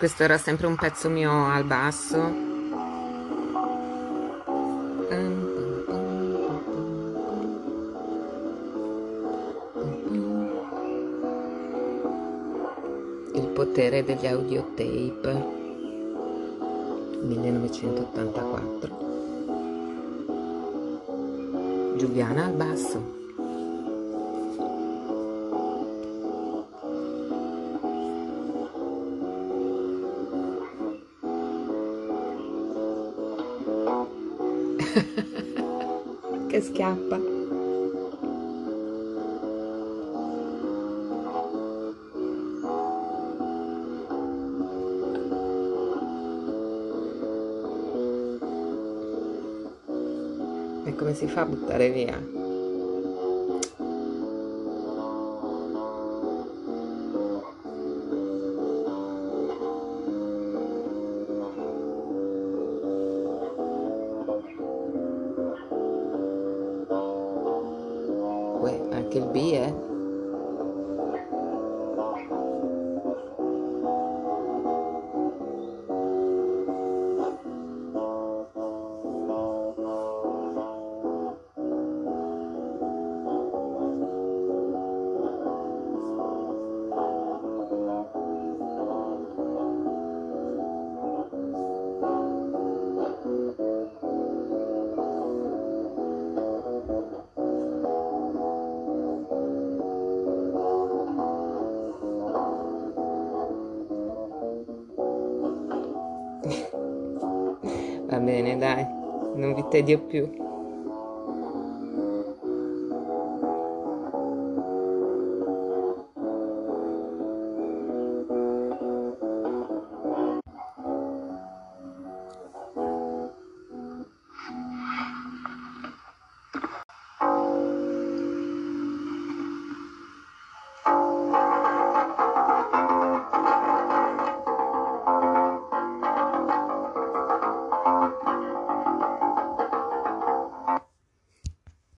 Questo era sempre un pezzo mio al basso. Il potere degli audiotape, 1984. Giuliana al basso. Che schiappa. E come si fa a buttare via? Uè, anche il B, eh? Va bene, dai, non vi tedio più.